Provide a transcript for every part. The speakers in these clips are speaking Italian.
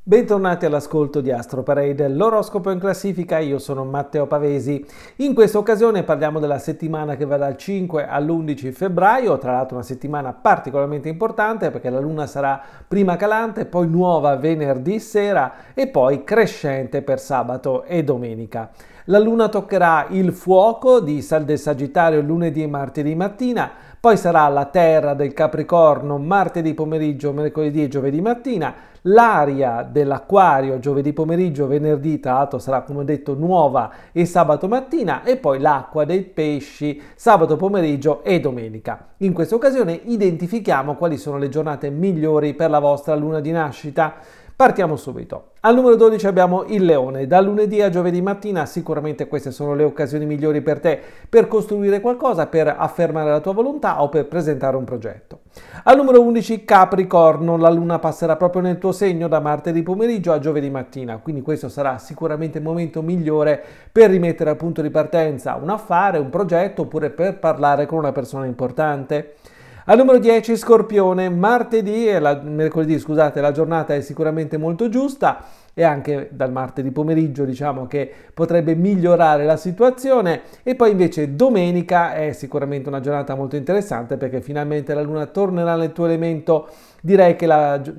Bentornati all'ascolto di Astro Parade, l'oroscopo in classifica. Io sono Matteo Pavesi. In questa occasione parliamo della settimana che va dal 5 all'11 febbraio, tra l'altro una settimana particolarmente importante perché la luna sarà prima calante, poi nuova venerdì sera e poi crescente per sabato e domenica. La luna toccherà il fuoco del Sagittario lunedì e martedì mattina, poi sarà la terra del Capricorno martedì pomeriggio, mercoledì e giovedì mattina, l'aria dell'Acquario giovedì pomeriggio, venerdì tra l'altro sarà come detto nuova e sabato mattina, e poi l'acqua dei pesci sabato pomeriggio e domenica. In questa occasione identifichiamo quali sono le giornate migliori per la vostra luna di nascita. Partiamo subito. Al numero 12 abbiamo il Leone. Da lunedì a giovedì mattina sicuramente queste sono le occasioni migliori per te per costruire qualcosa, per affermare la tua volontà o per presentare un progetto. Al numero 11 Capricorno. La luna passerà proprio nel tuo segno da martedì pomeriggio a giovedì mattina, quindi questo sarà sicuramente il momento migliore per rimettere al punto di partenza un affare, un progetto oppure per parlare con una persona importante. Al numero 10 Scorpione, mercoledì, la giornata è sicuramente molto giusta e anche dal martedì pomeriggio diciamo che potrebbe migliorare la situazione, e poi invece domenica è sicuramente una giornata molto interessante perché finalmente la luna tornerà nel tuo elemento. Direi che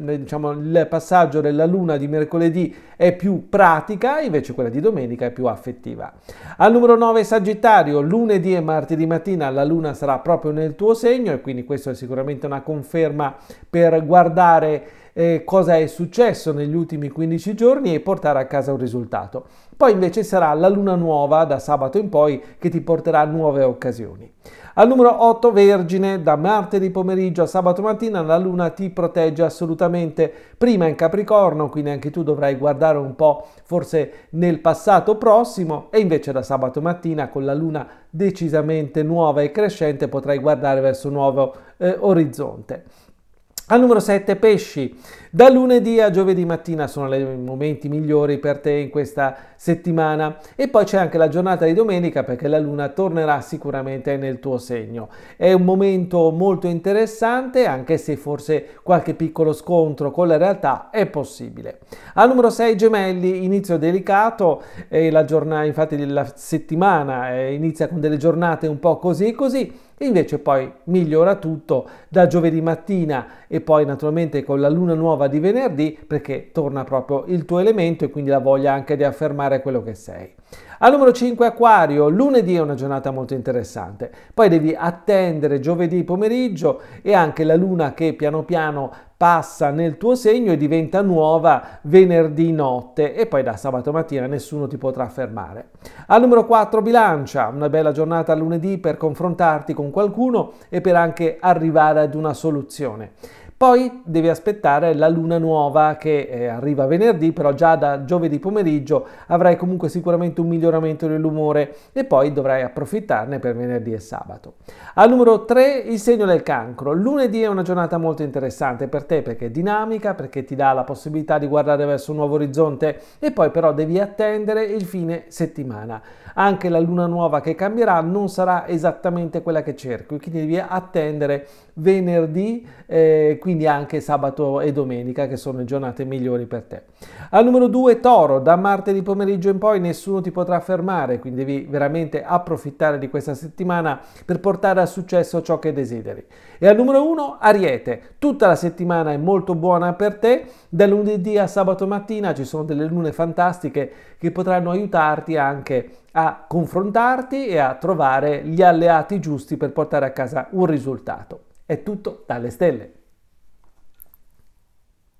il passaggio della luna di mercoledì è più pratica, invece quella di domenica è più affettiva. Al numero 9 Sagittario, lunedì e martedì mattina la luna sarà proprio nel tuo segno e quindi questo è sicuramente una conferma per guardare cosa è successo negli ultimi 15 giorni e portare a casa un risultato. Poi invece sarà la luna nuova da sabato in poi che ti porterà nuove occasioni. Al numero 8 Vergine, da martedì pomeriggio a sabato mattina la luna ti protegge assolutamente, prima in Capricorno, quindi anche tu dovrai guardare un po' forse nel passato prossimo, e invece da sabato mattina con la luna decisamente nuova e crescente potrai guardare verso un nuovo orizzonte. Al numero 7 Pesci, da lunedì a giovedì mattina sono i momenti migliori per te in questa settimana, e poi c'è anche la giornata di domenica perché la luna tornerà sicuramente nel tuo segno. È un momento molto interessante, anche se forse qualche piccolo scontro con la realtà è possibile. Al numero 6 Gemelli, inizio delicato, infatti la settimana inizia con delle giornate un po' così così. E invece poi migliora tutto da giovedì mattina e poi naturalmente con la luna nuova di venerdì, perché torna proprio il tuo elemento e quindi la voglia anche di affermare quello che sei. Al numero 5 Acquario, lunedì è una giornata molto interessante, poi devi attendere giovedì pomeriggio e anche la luna che piano piano passa nel tuo segno e diventa nuova venerdì notte, e poi da sabato mattina nessuno ti potrà fermare. Al numero 4 Bilancia, una bella giornata lunedì per confrontarti con qualcuno e per anche arrivare ad una soluzione. Poi devi aspettare la luna nuova che arriva venerdì, però già da giovedì pomeriggio avrai comunque sicuramente un miglioramento dell'umore e poi dovrai approfittarne per venerdì e sabato. Al numero 3 il segno del Cancro. Lunedì è una giornata molto interessante per te perché è dinamica, perché ti dà la possibilità di guardare verso un nuovo orizzonte, e poi però devi attendere il fine settimana. Anche la luna nuova che cambierà non sarà esattamente quella che cerchi, quindi devi attendere venerdì, quindi anche sabato e domenica che sono le giornate migliori per te. Al numero 2 Toro, da martedì pomeriggio in poi nessuno ti potrà fermare, quindi devi veramente approfittare di questa settimana per portare a successo ciò che desideri. E al numero 1 Ariete, tutta la settimana è molto buona per te, da lunedì a sabato mattina ci sono delle lune fantastiche che potranno aiutarti anche a confrontarti e a trovare gli alleati giusti per portare a casa un risultato. È tutto dalle stelle.